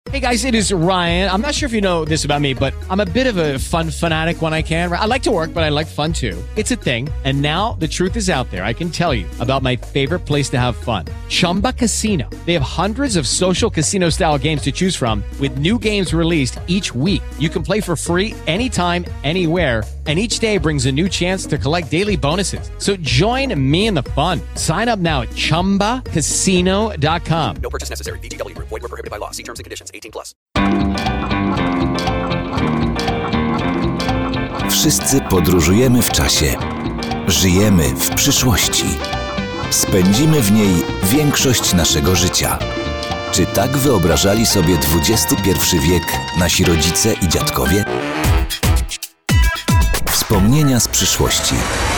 Hey guys, it is Ryan. I'm not sure if you know this about me, but I'm a bit of a fun fanatic when I can. I like to work, but I like fun too. It's a thing. And now the truth is out there. I can tell you about my favorite place to have fun. Chumba Casino. They have hundreds of social casino style games to choose from with new games released each week. You can play for free anytime, anywhere. And each day brings a new chance to collect daily bonuses. So join me in the fun. Sign up now at ChumbaCasino.com. No purchase necessary. VGW Group. Void where prohibited by law. See terms and conditions. 18+. Wszyscy podróżujemy w czasie. Żyjemy w przyszłości. Spędzimy w niej większość naszego życia. Czy tak wyobrażali sobie XXI wiek nasi rodzice i dziadkowie? Wspomnienia z przyszłości.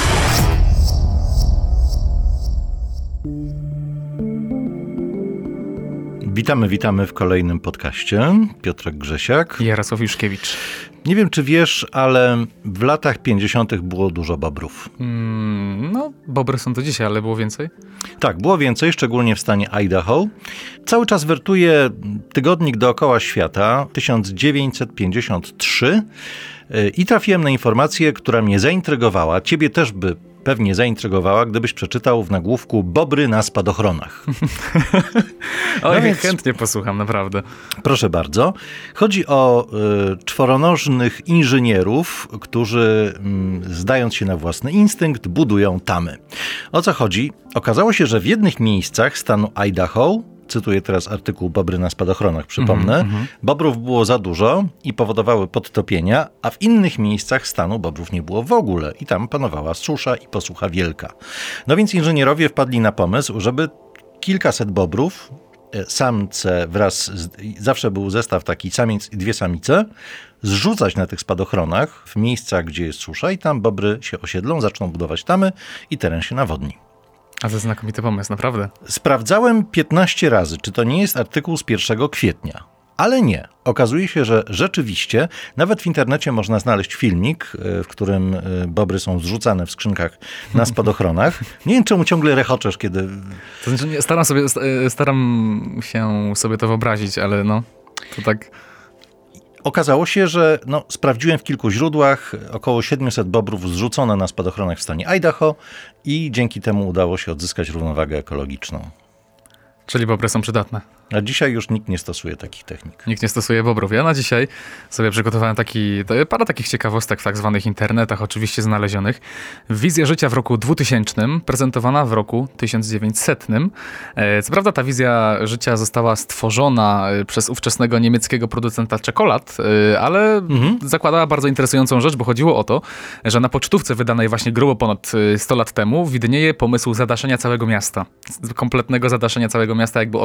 Witamy w kolejnym podcaście. Piotrek Grzesiak. I Jarosław Juszkiewicz. Nie wiem, czy wiesz, ale w latach 50. było dużo bobrów. No, bobry są to dzisiaj, ale było więcej? Tak, było więcej, szczególnie w stanie Idaho. Cały czas wertuje tygodnik dookoła świata, 1953 i trafiłem na informację, która mnie zaintrygowała. Ciebie też by pewnie zaintrygowała, gdybyś przeczytał w nagłówku Bobry na spadochronach. Oj, więc chętnie posłucham, naprawdę. Proszę bardzo. Chodzi o czworonożnych inżynierów, którzy zdając się na własny instynkt, budują tamy. O co chodzi? Okazało się, że w jednych miejscach stanu Idaho, cytuję teraz artykuł Bobry na spadochronach, przypomnę, bobrów było za dużo i powodowały podtopienia, a w innych miejscach stanu bobrów nie było w ogóle i tam panowała susza i posucha wielka. No więc inżynierowie wpadli na pomysł, żeby kilkaset bobrów, samce zawsze był zestaw taki samiec i dwie samice, zrzucać na tych spadochronach w miejscach, gdzie jest susza i tam bobry się osiedlą, zaczną budować tamy i teren się nawodni. A to znakomity pomysł, naprawdę. Sprawdzałem 15 razy, czy to nie jest artykuł z 1 kwietnia. Ale nie. Okazuje się, że rzeczywiście, nawet w internecie można znaleźć filmik, w którym bobry są zrzucane w skrzynkach na spadochronach. Nie wiem, czemu ciągle rechoczesz, kiedy... To znaczy, staram się sobie to wyobrazić, ale no, to tak... Okazało się, że sprawdziłem w kilku źródłach, około 700 bobrów zrzucono na spadochronach w stanie Idaho i dzięki temu udało się odzyskać równowagę ekologiczną. Czyli bobry są przydatne. A dzisiaj już nikt nie stosuje takich technik. Nikt nie stosuje bobrów. Ja na dzisiaj sobie przygotowałem parę takich ciekawostek w tak zwanych internetach, oczywiście znalezionych. Wizja życia w roku 2000, prezentowana w roku 1900. Co prawda ta wizja życia została stworzona przez ówczesnego niemieckiego producenta czekolad, ale zakładała bardzo interesującą rzecz, bo chodziło o to, że na pocztówce wydanej właśnie grubo ponad 100 lat temu widnieje pomysł zadaszenia całego miasta. Kompletnego zadaszenia całego miasta, jakby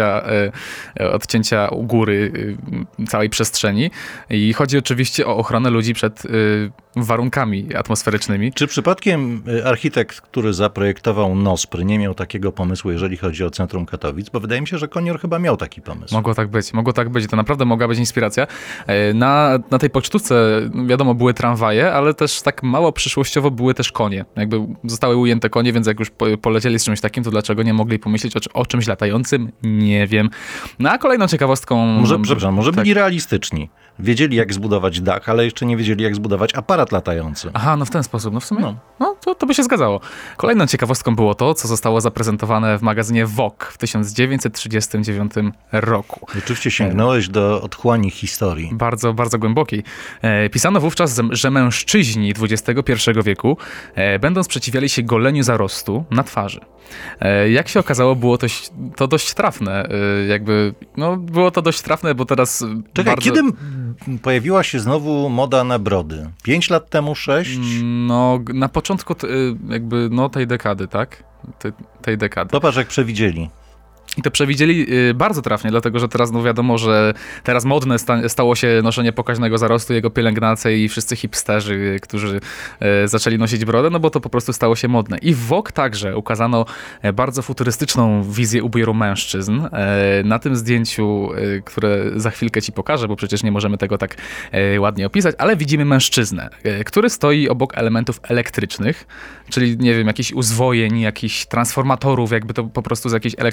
odcięcia u góry całej przestrzeni. I chodzi oczywiście o ochronę ludzi przed warunkami atmosferycznymi. Czy przypadkiem architekt, który zaprojektował NOSPR, nie miał takiego pomysłu, jeżeli chodzi o centrum Katowic? Bo wydaje mi się, że Konior chyba miał taki pomysł. Mogło tak być. To naprawdę mogła być inspiracja. Na tej pocztówce, wiadomo, były tramwaje, ale też tak mało przyszłościowo były też konie. Jakby zostały ujęte konie, więc jak już polecieli z czymś takim, to dlaczego nie mogli pomyśleć o czymś latającym? Nie wiem. No a kolejną ciekawostką... Może byli realistyczni. Wiedzieli, jak zbudować dach, ale jeszcze nie wiedzieli, jak zbudować aparat latający. Aha, no w ten sposób. No w sumie to by się zgadzało. Kolejną ciekawostką było to, co zostało zaprezentowane w magazynie Vogue w 1939 roku. Oczywiście sięgnąłeś do otchłani historii. Bardzo, bardzo głębokiej. Pisano wówczas, że mężczyźni XXI wieku będą sprzeciwiali się goleniu zarostu na twarzy. Jak się okazało, było to dość trafne. Było to dość trafne, bo teraz... Czekaj, kiedy pojawiła się znowu moda na brody? 5 lat temu, 6? No, na początku tej dekady, tak? Tej dekady. Popatrz, jak przewidzieli. I to przewidzieli bardzo trafnie, dlatego że teraz wiadomo, że teraz modne stało się noszenie pokaźnego zarostu, jego pielęgnacja i wszyscy hipsterzy, którzy zaczęli nosić brodę, no bo to po prostu stało się modne. I w Vogue także ukazano bardzo futurystyczną wizję ubioru mężczyzn. Na tym zdjęciu, które za chwilkę ci pokażę, bo przecież nie możemy tego tak ładnie opisać, ale widzimy mężczyznę, który stoi obok elementów elektrycznych, czyli nie wiem, jakichś uzwojeń, jakichś transformatorów, jakby to po prostu z jakiejś elektrowni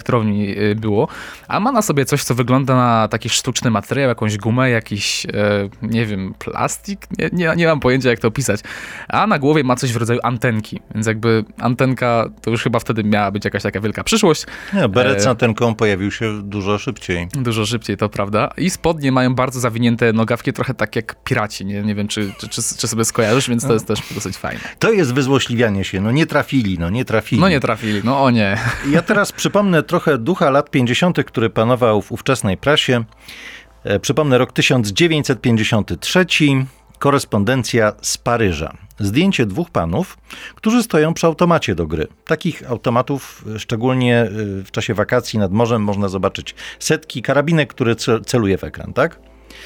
wcześniej było, a ma na sobie coś, co wygląda na taki sztuczny materiał, jakąś gumę, jakiś, nie wiem, plastik? Nie mam pojęcia, jak to opisać. A na głowie ma coś w rodzaju antenki, więc jakby antenka to już chyba wtedy miała być jakaś taka wielka przyszłość. Nie, beret z antenką pojawił się dużo szybciej. Dużo szybciej, to prawda. I spodnie mają bardzo zawinięte nogawki, trochę tak jak piraci. Nie wiem, czy sobie skojarzysz, więc to jest też dosyć fajne. To jest wyzłośliwianie się. No nie trafili. No nie trafili, no o nie. Ja teraz przypomnę trochę ducha lat 50., który panował w ówczesnej prasie. Przypomnę rok 1953, korespondencja z Paryża. Zdjęcie dwóch panów, którzy stoją przy automacie do gry. Takich automatów, szczególnie w czasie wakacji nad morzem, można zobaczyć setki, karabinek, który celuje w ekran, tak?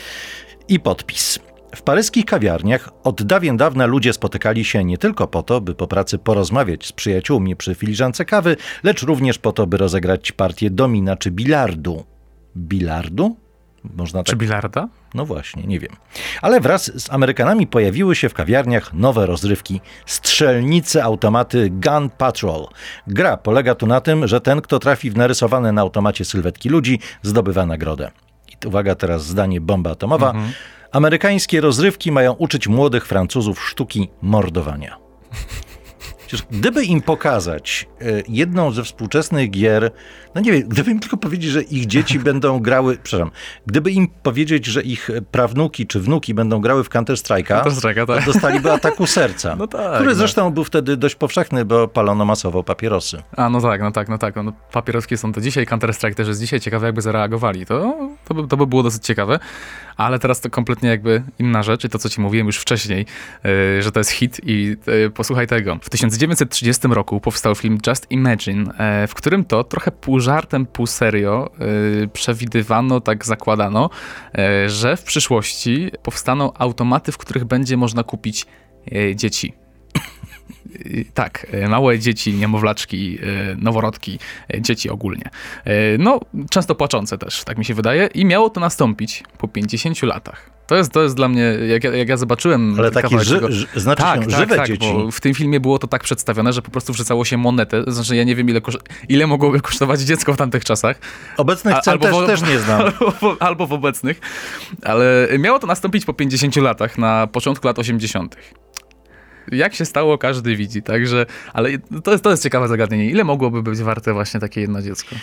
I podpis. W paryskich kawiarniach od dawien dawna ludzie spotykali się nie tylko po to, by po pracy porozmawiać z przyjaciółmi przy filiżance kawy, lecz również po to, by rozegrać partię domina czy bilardu. Bilardu? Można tak... Czy bilarda? No właśnie, nie wiem. Ale wraz z Amerykanami pojawiły się w kawiarniach nowe rozrywki. Strzelnice, automaty Gun Patrol. Gra polega tu na tym, że ten, kto trafi w narysowane na automacie sylwetki ludzi, zdobywa nagrodę. I uwaga, teraz zdanie bomba atomowa. Amerykańskie rozrywki mają uczyć młodych Francuzów sztuki mordowania. Przecież gdyby im pokazać jedną ze współczesnych gier, no nie wiem, gdyby im tylko powiedzieć, że ich dzieci będą grały, gdyby im powiedzieć, że ich prawnuki czy wnuki będą grały w Counter-Strike'a, tak. to dostaliby ataku serca, No tak, który zresztą był wtedy dość powszechny, bo palono masowo papierosy. A no tak. No, papieroski są to dzisiaj, Counter-Strike też jest dzisiaj. Ciekawe, jakby zareagowali. To by było dosyć ciekawe, ale teraz to kompletnie jakby inna rzecz i to, co ci mówiłem już wcześniej, że to jest hit i posłuchaj tego. W 1930 roku powstał film Just Imagine, w którym to trochę pół żartem, pół serio przewidywano, tak zakładano, że w przyszłości powstaną automaty, w których będzie można kupić dzieci. Tak, małe dzieci, niemowlaczki, noworodki, dzieci ogólnie. No, często płaczące też, tak mi się wydaje. I miało to nastąpić po 50 latach. To jest dla mnie, jak ja zobaczyłem... Ale takie żywe dzieci. Bo w tym filmie było to tak przedstawione, że po prostu wrzucało się monetę. Znaczy, ja nie wiem, ile mogłoby kosztować dziecko w tamtych czasach. Obecnych cen też nie znam. Albo w obecnych. Ale miało to nastąpić po 50 latach, na początku lat 80. Jak się stało, każdy widzi, także, ale to jest ciekawe zagadnienie. Ile mogłoby być warte właśnie takie jedno dziecko?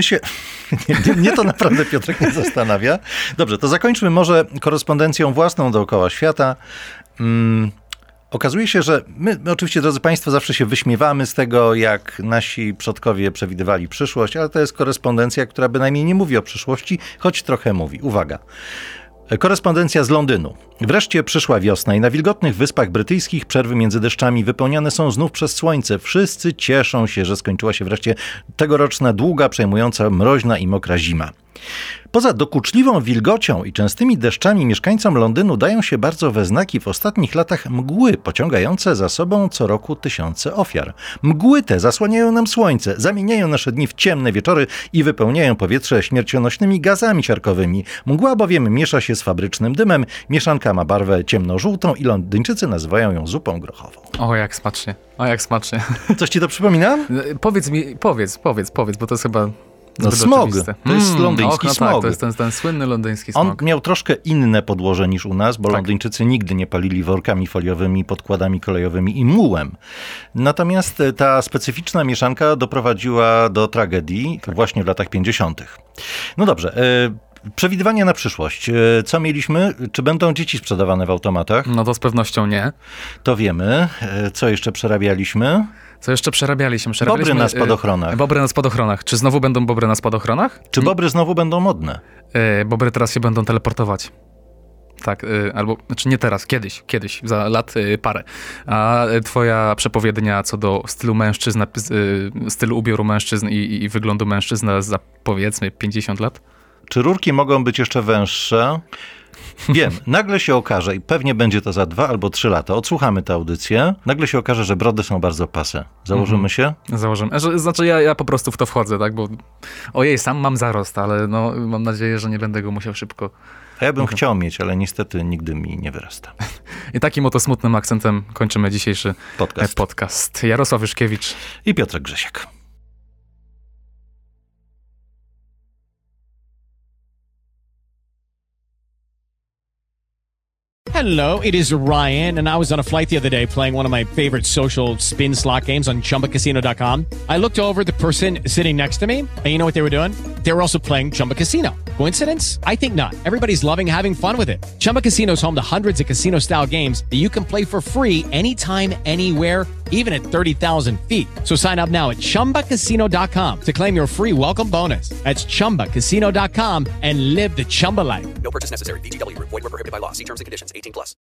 Mnie to naprawdę, Piotrek, nie zastanawia. Dobrze, to zakończmy może korespondencją własną dookoła świata. Okazuje się, że my oczywiście, drodzy Państwo, zawsze się wyśmiewamy z tego, jak nasi przodkowie przewidywali przyszłość, ale to jest korespondencja, która bynajmniej nie mówi o przyszłości, choć trochę mówi. Uwaga. Korespondencja z Londynu. Wreszcie przyszła wiosna i na wilgotnych wyspach brytyjskich przerwy między deszczami wypełniane są znów przez słońce. Wszyscy cieszą się, że skończyła się wreszcie tegoroczna, długa, przejmująca, mroźna i mokra zima. Poza dokuczliwą wilgocią i częstymi deszczami mieszkańcom Londynu dają się bardzo we znaki w ostatnich latach mgły, pociągające za sobą co roku tysiące ofiar. Mgły te zasłaniają nam słońce, zamieniają nasze dni w ciemne wieczory i wypełniają powietrze śmiercionośnymi gazami siarkowymi. Mgła bowiem miesza się z fabrycznym dymem, mieszanka ma barwę ciemnożółtą i Londyńczycy nazywają ją zupą grochową. O, jak smacznie. Coś ci to przypomina? Powiedz, bo to jest chyba... No smog. To jest londyński smog. Tak, to jest ten słynny londyński smog. On miał troszkę inne podłoże niż u nas, bo Londyńczycy nigdy nie palili workami foliowymi, podkładami kolejowymi i mułem. Natomiast ta specyficzna mieszanka doprowadziła do tragedii właśnie w latach 50. No dobrze, przewidywania na przyszłość. Co mieliśmy? Czy będą dzieci sprzedawane w automatach? No to z pewnością nie. To wiemy. Co jeszcze przerabialiśmy? Bobry na spadochronach. Bobry na spadochronach. Czy znowu będą bobry na spadochronach? Czy bobry znowu będą modne? Bobry teraz się będą teleportować. Tak, albo, znaczy nie teraz, kiedyś, za lat parę. A twoja przepowiednia co do stylu mężczyzn, stylu ubioru mężczyzn i wyglądu mężczyzn za powiedzmy 50 lat? Czy rurki mogą być jeszcze węższe? Wiem, nagle się okaże i pewnie będzie to za 2 albo 3 lata. Odsłuchamy tę audycję. Nagle się okaże, że brody są bardzo pase. Założymy się? Założymy. Znaczy ja po prostu w to wchodzę, tak? Bo sam mam zarost, ale no, mam nadzieję, że nie będę go musiał szybko... A ja bym chciał mieć, ale niestety nigdy mi nie wyrasta. I takim oto smutnym akcentem kończymy dzisiejszy podcast. Jarosław Juszkiewicz i Piotrek Grzesiak. Hello, it is Ryan, and I was on a flight the other day playing one of my favorite social spin slot games on ChumbaCasino.com. I looked over at the person sitting next to me, and you know what they were doing? They were also playing Chumba Casino. Coincidence? I think not. Everybody's loving having fun with it. Chumba Casino is home to hundreds of casino-style games that you can play for free anytime, anywhere, even at 30,000 feet. So sign up now at ChumbaCasino.com to claim your free welcome bonus. That's ChumbaCasino.com and live the Chumba life. No purchase necessary. VGW Group. Void where prohibited by law. See terms and conditions. 18+.